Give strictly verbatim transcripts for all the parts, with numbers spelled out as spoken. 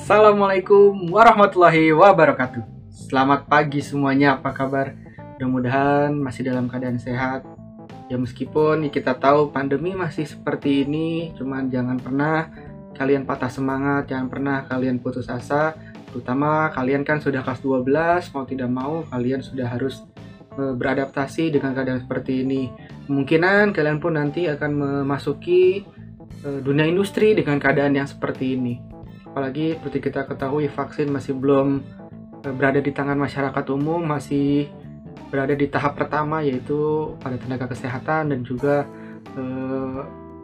Assalamualaikum warahmatullahi wabarakatuh. Selamat pagi semuanya, apa kabar? Mudah-mudahan masih dalam keadaan sehat. Ya meskipun kita tahu pandemi masih seperti ini, cuman jangan pernah kalian patah semangat, jangan pernah kalian putus asa. Terutama kalian kan sudah kelas dua belas, mau tidak mau kalian sudah harus e, beradaptasi dengan keadaan seperti ini. Kemungkinan kalian pun nanti akan memasuki e, dunia industri dengan keadaan yang seperti ini. Apalagi seperti kita ketahui vaksin masih belum berada di tangan masyarakat umum, masih berada di tahap pertama yaitu pada tenaga kesehatan dan juga eh,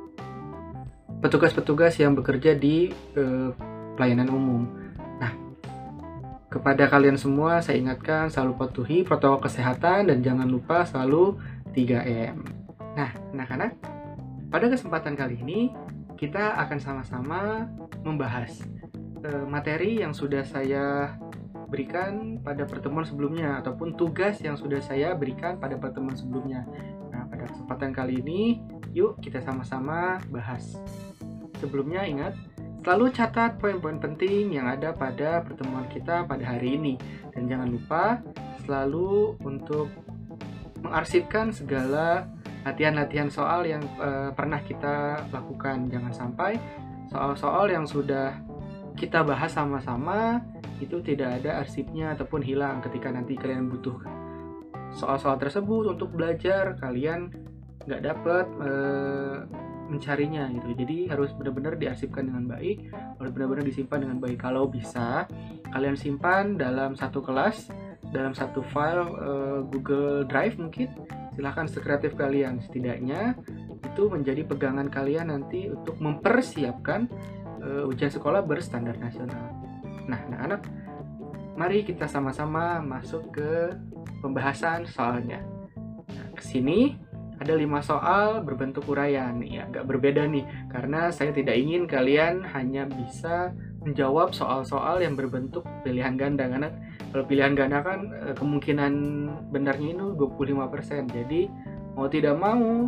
petugas-petugas yang bekerja di eh, pelayanan umum. Nah, kepada kalian semua saya ingatkan selalu patuhi protokol kesehatan dan jangan lupa selalu tiga M. Nah, anak-anak, pada kesempatan kali ini kita akan sama-sama membahas uh, materi yang sudah saya berikan pada pertemuan sebelumnya ataupun tugas yang sudah saya berikan pada pertemuan sebelumnya. Nah, pada kesempatan kali ini, yuk kita sama-sama bahas. Sebelumnya ingat, selalu catat poin-poin penting yang ada pada pertemuan kita pada hari ini. Dan jangan lupa selalu untuk mengarsipkan segala latihan-latihan soal yang uh, pernah kita lakukan. Jangan sampai soal-soal yang sudah kita bahas sama-sama itu tidak ada arsipnya ataupun hilang ketika nanti kalian butuh soal-soal tersebut untuk belajar, kalian nggak dapat uh, mencarinya gitu. Jadi harus benar-benar diarsipkan dengan baik, harus benar-benar disimpan dengan baik. Kalau bisa kalian simpan dalam satu kelas, dalam satu file uh, Google Drive mungkin. Silahkan sekreatif kalian, setidaknya itu menjadi pegangan kalian nanti untuk mempersiapkan uh, ujian sekolah berstandar nasional. Nah, anak-anak, mari kita sama-sama masuk ke pembahasan soalnya. Nah, kesini ada lima soal berbentuk uraian, ya agak berbeda nih, karena saya tidak ingin kalian hanya bisa menjawab soal-soal yang berbentuk pilihan ganda, karena kalau pilihan ganda kan kemungkinan benarnya itu dua puluh lima persen. Jadi mau tidak mau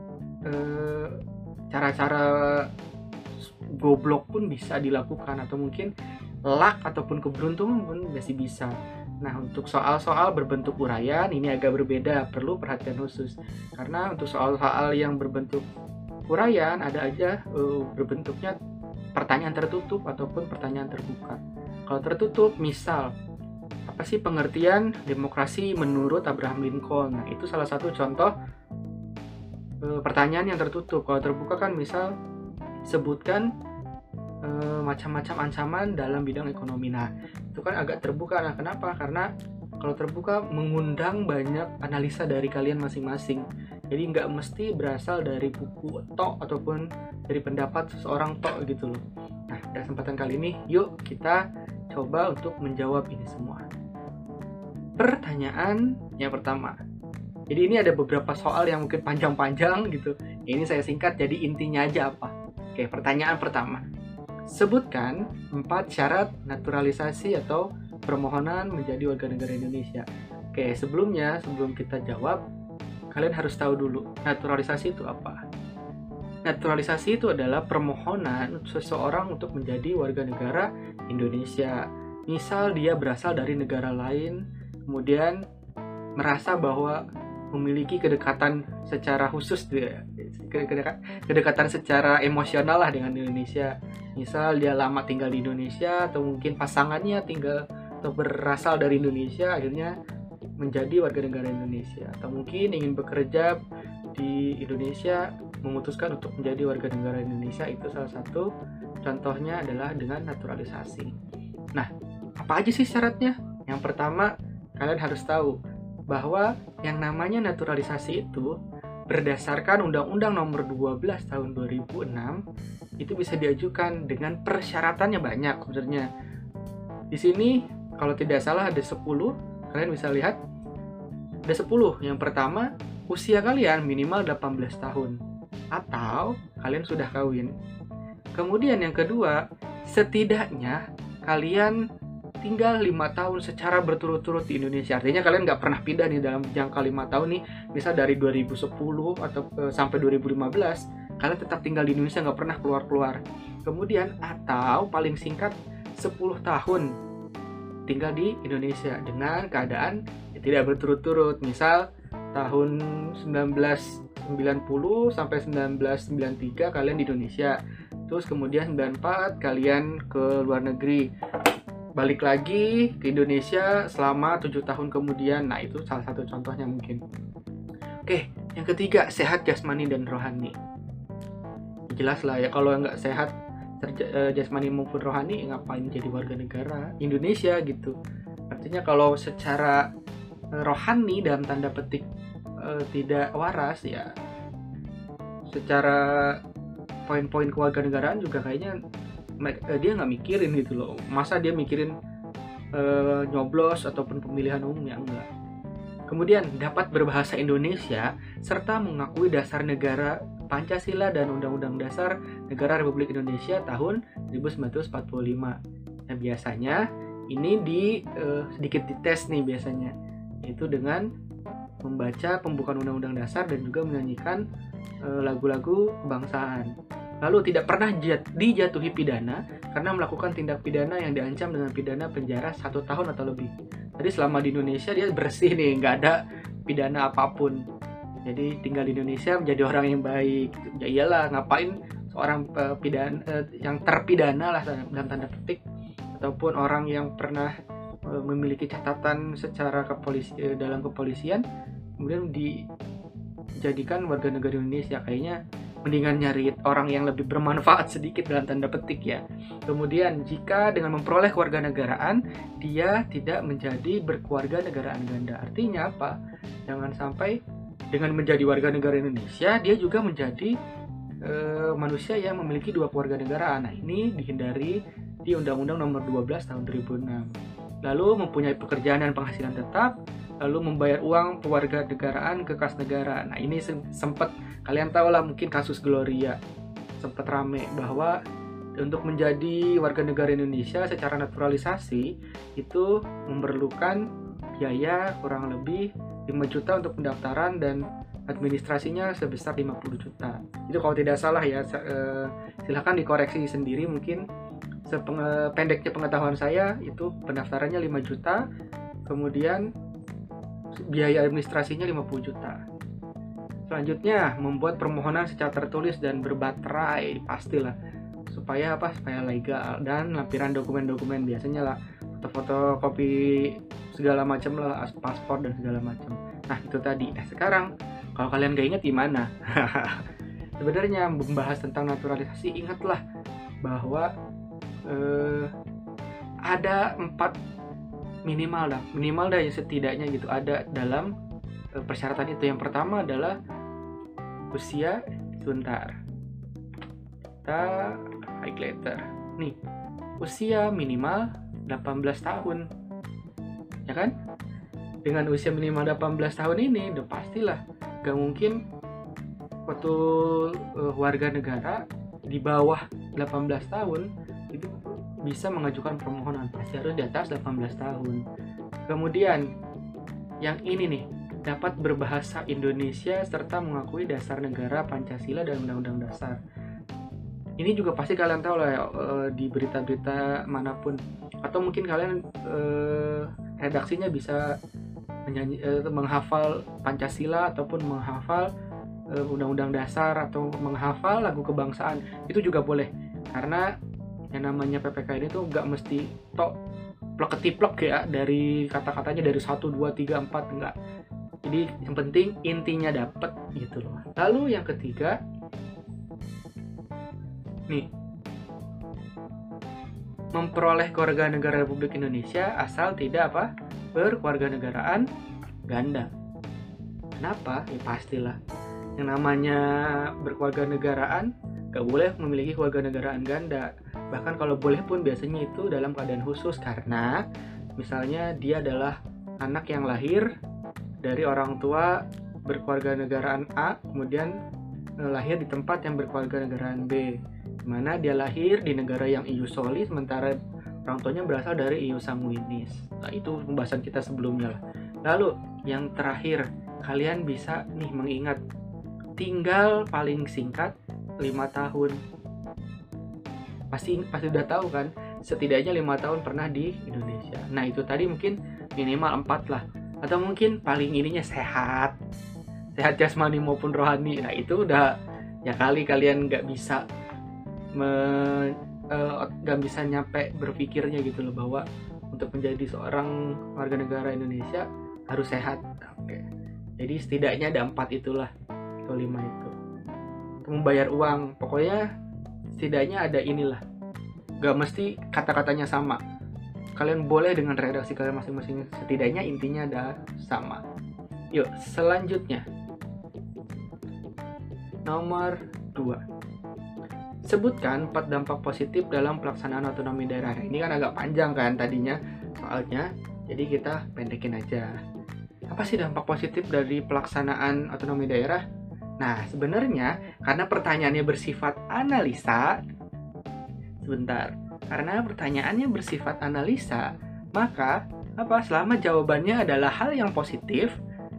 cara-cara goblok pun bisa dilakukan, atau mungkin luck ataupun keberuntungan pun masih bisa. Nah, untuk soal-soal berbentuk uraian ini agak berbeda, perlu perhatian khusus. Karena untuk soal-soal yang berbentuk uraian ada aja uh, berbentuknya pertanyaan tertutup ataupun pertanyaan terbuka. Kalau tertutup, misal apa sih pengertian demokrasi menurut Abraham Lincoln? Nah, itu salah satu contoh e, pertanyaan yang tertutup. Kalau terbuka kan misal sebutkan e, macam-macam ancaman dalam bidang ekonomi. Nah, itu kan agak terbuka. Nah, kenapa? Karena kalau terbuka mengundang banyak analisa dari kalian masing-masing. Jadi nggak mesti berasal dari buku tok ataupun dari pendapat seseorang tok gitu loh. Nah, pada kesempatan kali ini, yuk kita coba untuk menjawab ini semua. Pertanyaan yang pertama. Jadi ini ada beberapa soal yang mungkin panjang-panjang gitu. Ini saya singkat jadi intinya aja apa. Oke, pertanyaan pertama. Sebutkan empat syarat naturalisasi atau permohonan menjadi warga negara Indonesia. Oke, sebelumnya sebelum kita jawab, kalian harus tahu dulu naturalisasi itu apa. Naturalisasi itu adalah permohonan seseorang untuk menjadi warga negara Indonesia. Misal dia berasal dari negara lain, kemudian merasa bahwa memiliki kedekatan secara khusus, kedekatan secara emosional lah dengan Indonesia. Misal dia lama tinggal di Indonesia, atau mungkin pasangannya tinggal atau berasal dari Indonesia, akhirnya menjadi warga negara Indonesia. Atau mungkin ingin bekerja di Indonesia, memutuskan untuk menjadi warga negara Indonesia. Itu salah satu contohnya adalah dengan naturalisasi. Nah, apa aja sih syaratnya? Yang pertama, kalian harus tahu bahwa yang namanya naturalisasi itu berdasarkan Undang-Undang Nomor dua belas Tahun dua ribu enam itu bisa diajukan dengan persyaratannya banyak sebenarnya. Di sini kalau tidak salah ada sepuluh, kalian bisa lihat ada sepuluh. Yang pertama, usia kalian minimal delapan belas tahun atau kalian sudah kawin. Kemudian yang kedua, setidaknya kalian tinggal lima tahun secara berturut-turut di Indonesia. Artinya kalian nggak pernah pindah nih dalam jangka lima tahun nih. Misal dari dua ribu sepuluh atau e, sampai dua ribu lima belas, kalian tetap tinggal di Indonesia, nggak pernah keluar-keluar. Kemudian atau paling singkat sepuluh tahun tinggal di Indonesia dengan keadaan ya, tidak berturut-turut. Misal tahun sembilan belas sembilan puluh sampai sembilan belas sembilan puluh tiga kalian di Indonesia, terus kemudian sembilan puluh empat kalian ke luar negeri, balik lagi ke Indonesia selama tujuh tahun kemudian. Nah, itu salah satu contohnya mungkin. Oke, yang ketiga, sehat jasmani dan rohani. Jelas lah ya, kalau nggak sehat jasmani maupun rohani, ngapain jadi warga negara Indonesia gitu. Artinya kalau secara rohani dalam tanda petik e, tidak waras ya, secara poin-poin kewarganegaraan juga kayaknya e, dia nggak mikirin gitu loh. Masa dia mikirin e, nyoblos ataupun pemilihan umum, ya enggak. Kemudian dapat berbahasa Indonesia serta mengakui dasar negara Pancasila dan Undang-Undang Dasar Negara Republik Indonesia tahun seribu sembilan ratus empat puluh lima. Nah, biasanya ini di uh, sedikit dites nih biasanya, yaitu dengan membaca pembukaan Undang-Undang Dasar dan juga menyanyikan uh, lagu-lagu kebangsaan. Lalu tidak pernah jat, dijatuhi pidana karena melakukan tindak pidana yang diancam dengan pidana penjara satu tahun atau lebih. Jadi selama di Indonesia dia bersih nih, nggak ada pidana apapun. Jadi tinggal di Indonesia menjadi orang yang baik. Ya iyalah, ngapain seorang uh, pidana uh, yang terpidana lah dalam tanda petik, ataupun orang yang pernah uh, memiliki catatan secara kepolisi uh, dalam kepolisian kemudian dijadikan warga negara Indonesia. Kayaknya mendingan nyari orang yang lebih bermanfaat sedikit dalam tanda petik ya. Kemudian jika dengan memperoleh kewarganegaraan dia tidak menjadi berkeluarga negaraan ganda. Artinya apa? Jangan sampai dengan menjadi warga negara Indonesia, dia juga menjadi e, manusia yang memiliki dua kewarganegaraan. Nah, ini dihindari di Undang-Undang Nomor dua belas Tahun dua ribu enam. Lalu mempunyai pekerjaan dan penghasilan tetap, lalu membayar uang kewarganegaraan ke kas negara. Nah, ini sempat kalian tahu lah mungkin kasus Gloria, sempat rame bahwa untuk menjadi warga negara Indonesia secara naturalisasi itu memerlukan biaya kurang lebih lima juta untuk pendaftaran dan administrasinya sebesar lima puluh juta. Itu kalau tidak salah ya, silahkan dikoreksi sendiri mungkin. Sependeknya pengetahuan saya itu pendaftarannya lima juta, kemudian biaya administrasinya lima puluh juta. Selanjutnya, membuat permohonan secara tertulis dan berbaterai, pastilah. Supaya apa? Supaya legal, dan lampiran dokumen-dokumen biasanya lah, foto-foto kopi segala macam lah, paspor dan segala macam. Nah, itu tadi. Eh, sekarang kalau kalian gak ingat gimana? Sebenarnya membahas tentang naturalisasi, ingatlah bahwa eh, ada empat minimal dah, minimal dah yang setidaknya gitu ada dalam eh, persyaratan itu. Yang pertama adalah usia. Sebentar, kita highlighter nih, usia minimal delapan belas tahun, ya kan? Dengan usia minimal delapan belas tahun ini udah pastilah gak mungkin waktu uh, warga negara di bawah delapan belas tahun itu bisa mengajukan permohonan, pasti harus di atas delapan belas tahun. Kemudian yang ini nih, dapat berbahasa Indonesia serta mengakui dasar negara Pancasila dan Undang-Undang Dasar. Ini juga pasti kalian tahu lah ya, uh, di berita-berita manapun, atau mungkin kalian uh, redaksinya bisa menyanyi, uh, menghafal Pancasila ataupun menghafal uh, Undang-Undang Dasar atau menghafal lagu kebangsaan, itu juga boleh. Karena yang namanya P P K ini tuh nggak mesti tok plek-ketiplek ya dari kata-katanya dari satu, dua, tiga, empat, enggak. Jadi yang penting intinya dapet gitu loh. Lalu yang ketiga nih, memperoleh kewarganegaraan Republik Indonesia asal tidak apa berkewarganegaraan ganda. Kenapa? Ya pastilah yang namanya berkewarganegaraan gak boleh memiliki kewarganegaraan ganda. Bahkan kalau boleh pun biasanya itu dalam keadaan khusus, karena misalnya dia adalah anak yang lahir dari orang tua berkewarganegaraan A, kemudian lahir di tempat yang berkewarganegaraan B, dimana dia lahir di negara yang ius soli sementara orang tuanya berasal dari ius sanguinis. Nah, itu pembahasan kita sebelumnya lah. Lalu yang terakhir, kalian bisa nih mengingat tinggal paling singkat lima tahun. Pasti pasti udah tahu kan, setidaknya lima tahun pernah di Indonesia. Nah itu tadi mungkin minimal empat lah, atau mungkin paling ininya sehat, sehat jasmani maupun rohani. Nah itu udah ya kali kalian nggak bisa me, uh, nggak bisa nyampe berpikirnya gitu loh, bahwa untuk menjadi seorang warga negara Indonesia harus sehat. Oke, jadi setidaknya ada empat itulah, atau lima itu. Untuk membayar uang, pokoknya setidaknya ada inilah. Gak mesti kata-katanya sama. Kalian boleh dengan redaksi kalian masing-masing, setidaknya intinya ada sama. Yuk, selanjutnya. Nomor dua. Sebutkan empat dampak positif dalam pelaksanaan otonomi daerah. Nah, ini kan agak panjang kan tadinya soalnya, jadi kita pendekin aja. Apa sih dampak positif dari pelaksanaan otonomi daerah? Nah, sebenarnya karena pertanyaannya bersifat analisa, sebentar, karena pertanyaannya bersifat analisa, maka apa? Selama jawabannya adalah hal yang positif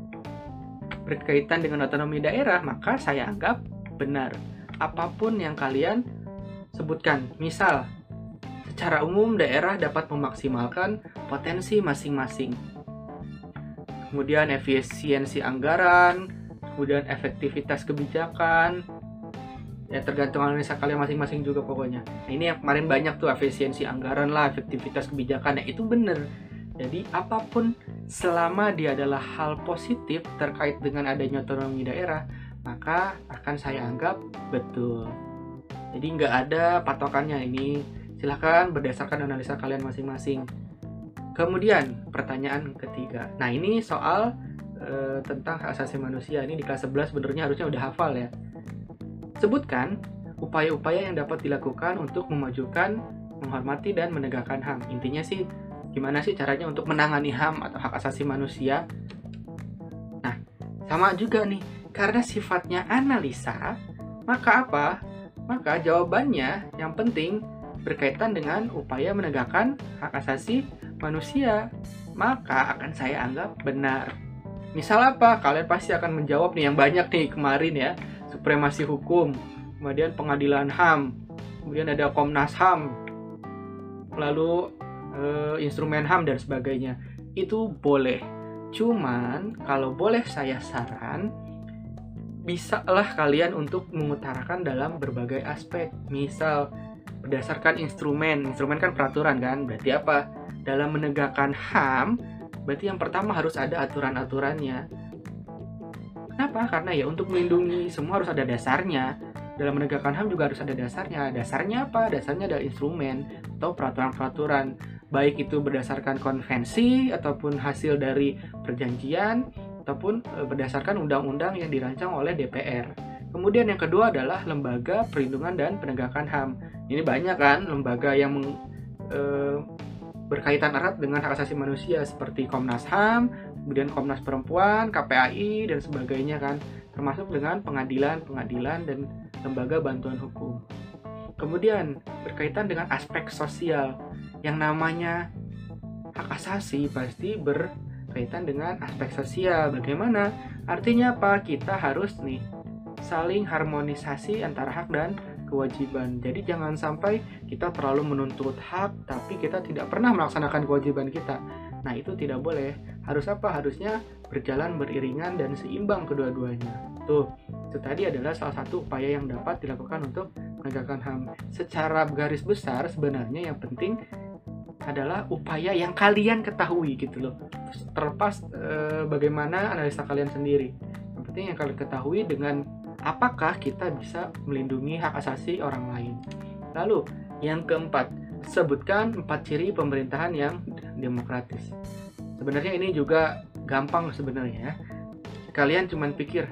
berkaitan dengan otonomi daerah, maka saya anggap benar apapun yang kalian sebutkan. Misal, secara umum daerah dapat memaksimalkan potensi masing-masing. Kemudian efisiensi anggaran, kemudian efektivitas kebijakan, ya tergantung analisa kalian masing-masing juga pokoknya. Nah, ini yang kemarin banyak tuh, efisiensi anggaran lah, efektivitas kebijakan. Nah itu bener. Jadi apapun selama dia adalah hal positif terkait dengan adanya otonomi daerah, maka akan saya anggap betul. Jadi nggak ada patokannya ini. Silahkan berdasarkan analisa kalian masing-masing. Kemudian pertanyaan ketiga. Nah ini soal e, tentang hak asasi manusia. Ini di kelas sebelas sebenarnya harusnya udah hafal ya. Sebutkan upaya-upaya yang dapat dilakukan untuk memajukan, menghormati, dan menegakkan H A M. Intinya sih gimana sih caranya untuk menangani H A M atau hak asasi manusia. Nah sama juga nih, karena sifatnya analisa, maka apa? Maka jawabannya yang penting berkaitan dengan upaya menegakkan hak asasi manusia, maka akan saya anggap benar. Misal apa? Kalian pasti akan menjawab nih yang banyak nih kemarin ya, supremasi hukum, kemudian pengadilan H A M, kemudian ada Komnas H A M, lalu e, instrumen H A M dan sebagainya. Itu boleh. Cuman kalau boleh saya saran, bisalah kalian untuk mengutarakan dalam berbagai aspek. Misal berdasarkan instrumen, instrumen kan peraturan kan, berarti apa? Dalam menegakkan H A M, berarti yang pertama harus ada aturan-aturannya. Kenapa? Karena ya untuk melindungi semua harus ada dasarnya. Dalam menegakkan H A M juga harus ada dasarnya. Dasarnya apa? Dasarnya adalah instrumen atau peraturan-peraturan, baik itu berdasarkan konvensi ataupun hasil dari perjanjian, ataupun berdasarkan undang-undang yang dirancang oleh D P R. Kemudian yang kedua adalah lembaga perlindungan dan penegakan H A M. Ini banyak kan lembaga yang meng, e, berkaitan erat dengan hak asasi manusia seperti Komnas H A M, kemudian Komnas Perempuan, K P A I dan sebagainya kan, termasuk dengan pengadilan-pengadilan dan lembaga bantuan hukum. Kemudian berkaitan dengan aspek sosial, yang namanya hak asasi pasti berkaitan dengan aspek sosial. Bagaimana? Artinya apa? Kita harus nih saling harmonisasi antara hak dan kewajiban. Jadi jangan sampai kita terlalu menuntut hak tapi kita tidak pernah melaksanakan kewajiban kita. Nah itu tidak boleh. Harus apa? Harusnya berjalan beriringan dan seimbang kedua-duanya. Tuh, itu tadi adalah salah satu upaya yang dapat dilakukan untuk menegakkan H A M. Secara garis besar sebenarnya yang penting adalah upaya yang kalian ketahui gitu loh. Terlepas e, bagaimana analisa kalian sendiri. Yang penting yang kalian ketahui dengan apakah kita bisa melindungi hak asasi orang lain. Lalu yang keempat, sebutkan empat ciri pemerintahan yang demokratis. Sebenarnya ini juga gampang sebenarnya. Kalian cuma pikir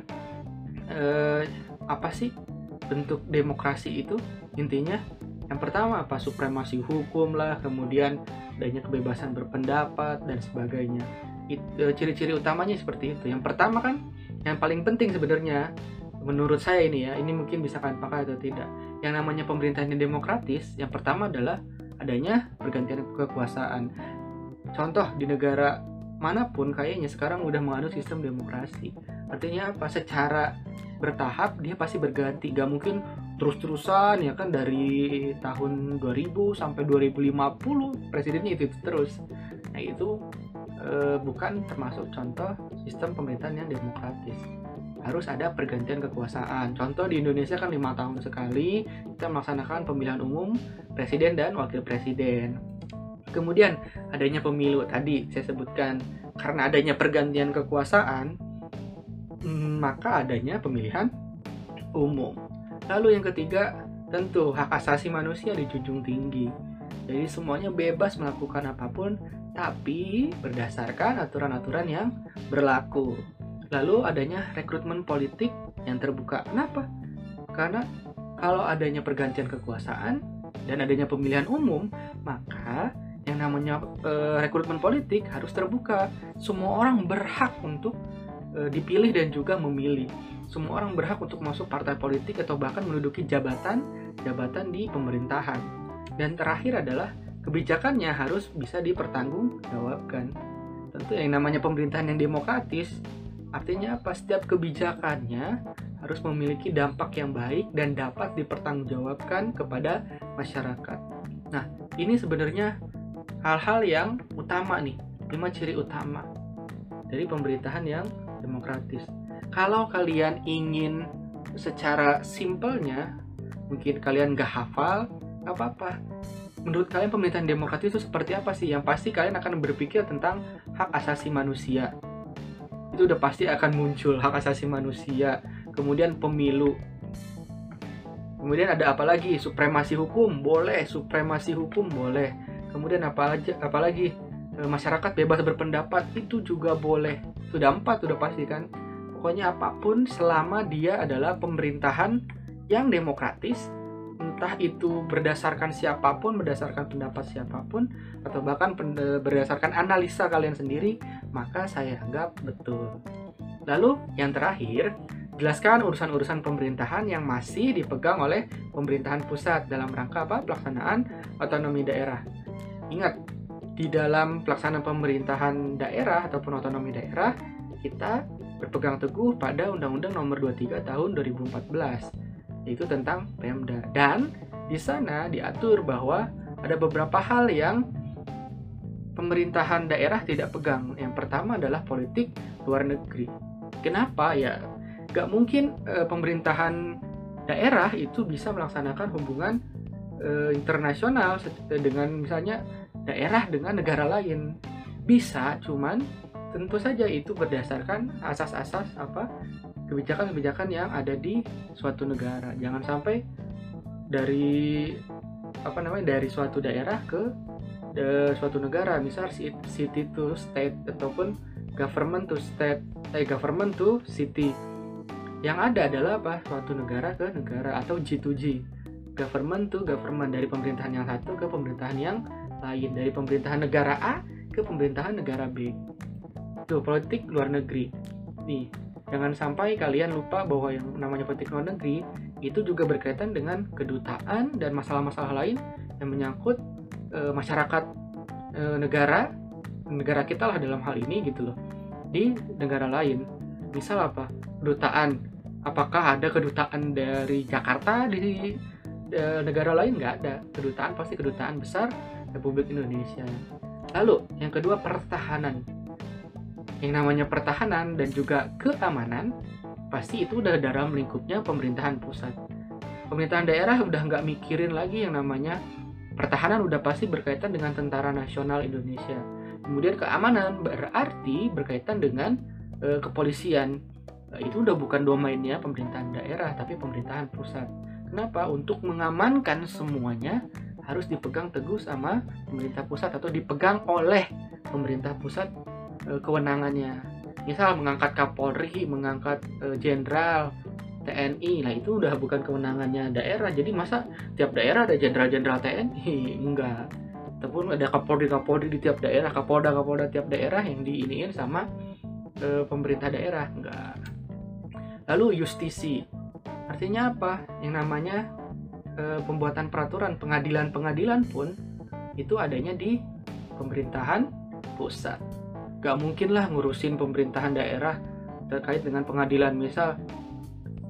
eh, apa sih bentuk demokrasi itu? Intinya yang pertama apa? Supremasi hukum lah, kemudian adanya kebebasan berpendapat dan sebagainya. It, e, ciri-ciri utamanya seperti itu. Yang pertama kan yang paling penting sebenarnya menurut saya ini ya, ini mungkin bisa kalian pakai atau tidak. Yang namanya pemerintahan yang demokratis, yang pertama adalah adanya pergantian kekuasaan. Contoh di negara manapun kayaknya sekarang udah menganut sistem demokrasi. Artinya apa? Secara bertahap dia pasti berganti. Gak mungkin terus-terusan ya kan, dari tahun dua ribu sampai dua ribu lima puluh presidennya itu, itu terus. Nah itu e, bukan termasuk contoh sistem pemerintahan yang demokratis. Harus ada pergantian kekuasaan. Contoh di Indonesia kan lima tahun sekali kita melaksanakan pemilihan umum presiden dan wakil presiden. Kemudian adanya pemilu tadi saya sebutkan, karena adanya pergantian kekuasaan maka adanya pemilihan umum. Lalu yang ketiga, tentu hak asasi manusia dijunjung tinggi. Jadi semuanya bebas melakukan apapun, tapi berdasarkan aturan-aturan yang berlaku. Lalu adanya rekrutmen politik yang terbuka. Kenapa? Karena kalau adanya pergantian kekuasaan dan adanya pemilihan umum, maka yang namanya e, rekrutmen politik harus terbuka. Semua orang berhak untuk e, dipilih dan juga memilih. Semua orang berhak untuk masuk partai politik atau bahkan menduduki jabatan-jabatan di pemerintahan. Dan terakhir adalah kebijakannya harus bisa dipertanggungjawabkan. Tentu yang namanya pemerintahan yang demokratis, artinya apa? Setiap kebijakannya harus memiliki dampak yang baik dan dapat dipertanggungjawabkan kepada masyarakat. Nah, ini sebenarnya hal-hal yang utama nih, lima ciri utama dari pemerintahan yang demokratis. Kalau kalian ingin secara simpelnya, mungkin kalian gak hafal, gak apa-apa. Menurut kalian pemerintahan demokratis itu seperti apa sih? Yang pasti kalian akan berpikir tentang hak asasi manusia. Itu udah pasti akan muncul, hak asasi manusia. Kemudian pemilu. Kemudian ada apa lagi? Supremasi hukum, boleh. Supremasi hukum, boleh. Kemudian apa aja, apalagi masyarakat bebas berpendapat, itu juga boleh. Sudah empat, sudah pasti kan? Pokoknya apapun selama dia adalah pemerintahan yang demokratis, entah itu berdasarkan siapapun, berdasarkan pendapat siapapun, atau bahkan berdasarkan analisa kalian sendiri, maka saya anggap betul. Lalu yang terakhir, jelaskan urusan-urusan pemerintahan yang masih dipegang oleh pemerintahan pusat dalam rangka apa? Pelaksanaan otonomi daerah. Ingat, di dalam pelaksanaan pemerintahan daerah ataupun otonomi daerah, kita berpegang teguh pada Undang-Undang Nomor dua puluh tiga Tahun dua ribu empat belas, yaitu tentang Pemda. Dan di sana diatur bahwa ada beberapa hal yang pemerintahan daerah tidak pegang. Yang pertama adalah politik luar negeri. Kenapa? Ya, gak mungkin e, pemerintahan daerah itu bisa melaksanakan hubungan e, internasional dengan misalnya daerah dengan negara lain. Bisa, cuman tentu saja itu berdasarkan asas-asas apa kebijakan-kebijakan yang ada di suatu negara. Jangan sampai dari apa namanya dari suatu daerah ke de, suatu negara, misal city to state ataupun government to state, eh government to city. Yang ada adalah apa? Suatu negara ke negara atau G to G. Government to government, dari pemerintahan yang satu ke pemerintahan yang lain, dari pemerintahan negara A ke pemerintahan negara B. Tuh, politik luar negeri. Nih, jangan sampai kalian lupa bahwa yang namanya politik luar negeri itu juga berkaitan dengan kedutaan dan masalah-masalah lain yang menyangkut e, masyarakat e, negara negara kita lah dalam hal ini gitu loh, di negara lain. Misal apa? Kedutaan. Apakah ada kedutaan dari Jakarta di e, negara lain? Nggak ada. Kedutaan pasti kedutaan besar Republik Indonesia. Lalu yang kedua, pertahanan. Yang namanya pertahanan dan juga keamanan pasti itu udah dalam lingkupnya pemerintahan pusat. Pemerintahan daerah udah nggak mikirin lagi yang namanya pertahanan, udah pasti berkaitan dengan Tentara Nasional Indonesia. Kemudian keamanan berarti berkaitan dengan e, kepolisian. E, itu udah bukan domainnya pemerintahan daerah tapi pemerintahan pusat. Kenapa? Untuk mengamankan semuanya harus dipegang teguh sama pemerintah pusat atau dipegang oleh pemerintah pusat kewenangannya. Misal mengangkat Kapolri, mengangkat jenderal T N I, nah itu udah bukan kewenangannya daerah. Jadi masa tiap daerah ada jenderal-jenderal T N I? Enggak. Ataupun ada Kapolri-Kapolri di tiap daerah, Kapolda-Kapolda tiap daerah yang diiniin sama e, pemerintah daerah? Enggak. Lalu justisi, artinya apa? Yang namanya e, pembuatan peraturan, pengadilan-pengadilan pun itu adanya di pemerintahan pusat. Gak mungkin lah ngurusin pemerintahan daerah terkait dengan pengadilan. Misal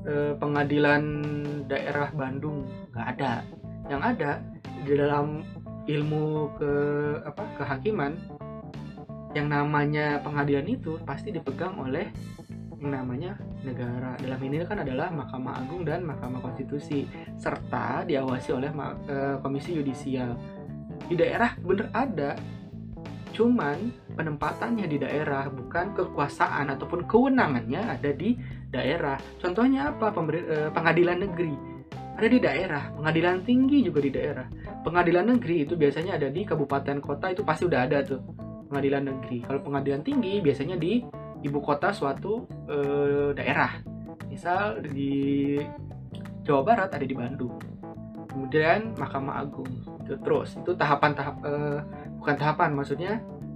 eh, pengadilan daerah Bandung, nggak ada. Yang ada di dalam ilmu ke apa kehakiman, yang namanya pengadilan itu pasti dipegang oleh yang namanya negara. Dalam ini kan adalah Mahkamah Agung dan Mahkamah Konstitusi, serta diawasi oleh eh, Komisi Yudisial. Di daerah bener ada, cuman penempatannya di daerah, bukan kekuasaan ataupun kewenangannya ada di daerah. Contohnya apa? Pemberi, eh, pengadilan negeri ada di daerah, pengadilan tinggi juga di daerah. Pengadilan negeri itu biasanya ada di kabupaten kota, itu pasti udah ada tuh pengadilan negeri. Kalau pengadilan tinggi biasanya di ibu kota suatu eh, daerah. Misal di Jawa Barat ada di Bandung. Kemudian Mahkamah Agung. Itu terus itu tahapan tahap eh, bukan tahapan, maksudnya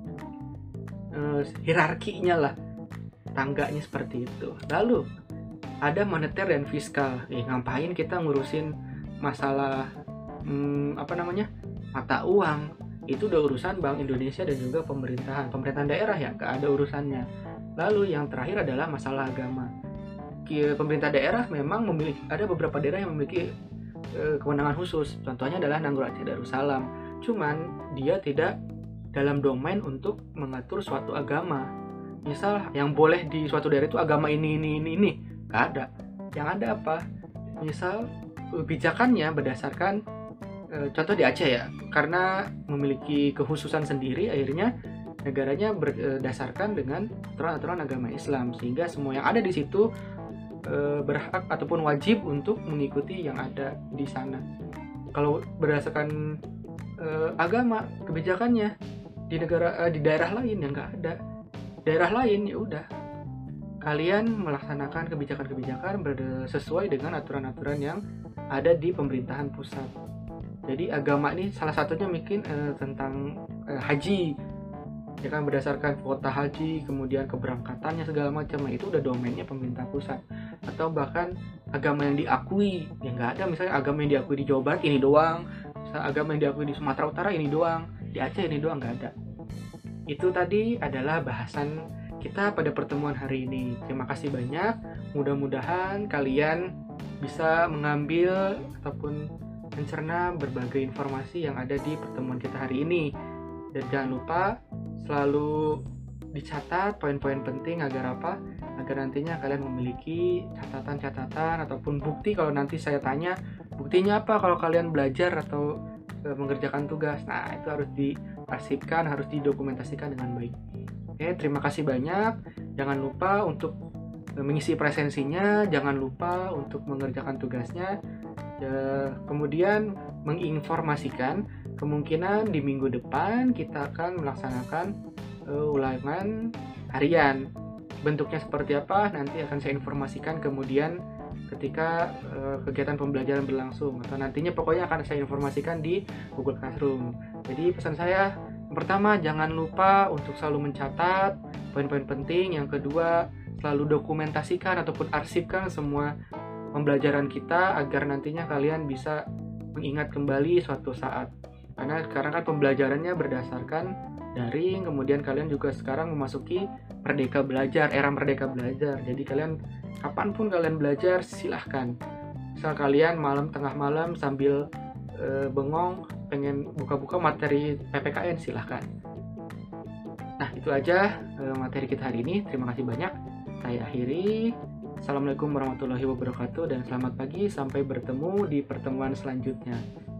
eh, hierarkinya lah, tangganya seperti itu. Lalu ada moneter dan fiskal. Eh, ngapain kita ngurusin masalah hmm, apa namanya mata uang? Itu udah urusan Bank Indonesia dan juga pemerintahan. Pemerintahan daerah ya, gak ada urusannya. Lalu yang terakhir adalah masalah agama. Pemerintah daerah memang memiliki, ada beberapa daerah yang memiliki e, kewenangan khusus. Contohnya adalah Nanggroe Aceh Darussalam. Cuman dia tidak dalam domain untuk mengatur suatu agama. Misal yang boleh di suatu daerah itu agama ini ini ini ini, gak ada. Yang ada apa? Misal kebijakannya berdasarkan contoh di Aceh ya, karena memiliki kekhususan sendiri, akhirnya negaranya berdasarkan dengan aturan-aturan agama Islam, sehingga semua yang ada di situ e, berhak ataupun wajib untuk mengikuti yang ada di sana. Kalau berdasarkan e, agama, kebijakannya di negara e, di daerah lain yang nggak ada, daerah lain ya udah kalian melaksanakan kebijakan-kebijakan sesuai dengan aturan-aturan yang ada di pemerintahan pusat. Jadi agama ini salah satunya mungkin eh, tentang eh, haji, ya kan, berdasarkan kuota haji, kemudian keberangkatannya segala macam, itu udah domainnya pemerintah pusat. Atau bahkan agama yang diakui, ya nggak ada, misalnya agama yang diakui di Jawa Barat ini doang, misalnya agama yang diakui di Sumatera Utara ini doang, di Aceh ini doang, nggak ada. Itu tadi adalah bahasan kita pada pertemuan hari ini. Terima kasih banyak, mudah-mudahan kalian bisa mengambil ataupun mencerna berbagai informasi yang ada di pertemuan kita hari ini. Dan jangan lupa selalu dicatat poin-poin penting agar apa? Agar nantinya kalian memiliki catatan-catatan ataupun bukti kalau nanti saya tanya, buktinya apa kalau kalian belajar atau e, mengerjakan tugas. Nah, itu harus diarsipkan, harus didokumentasikan dengan baik. Oke, terima kasih banyak. Jangan lupa untuk mengisi presensinya, jangan lupa untuk mengerjakan tugasnya. Ya, kemudian menginformasikan kemungkinan di minggu depan kita akan melaksanakan uh, ulangan harian. Bentuknya seperti apa nanti akan saya informasikan kemudian ketika uh, kegiatan pembelajaran berlangsung, atau nantinya pokoknya akan saya informasikan di Google Classroom. Jadi pesan saya, yang pertama, jangan lupa untuk selalu mencatat poin-poin penting. Yang kedua, selalu dokumentasikan ataupun arsipkan semua pembelajaran kita agar nantinya kalian bisa mengingat kembali suatu saat. Karena sekarang kan pembelajarannya berdasarkan daring, kemudian kalian juga sekarang memasuki merdeka belajar, era merdeka belajar. Jadi kalian kapanpun kalian belajar silahkan. Misal kalian malam tengah malam sambil e, bengong pengen buka-buka materi P P K N, silahkan. Nah, itu aja e, materi kita hari ini. Terima kasih banyak. Saya akhiri. Assalamualaikum warahmatullahi wabarakatuh dan selamat pagi, sampai bertemu di pertemuan selanjutnya.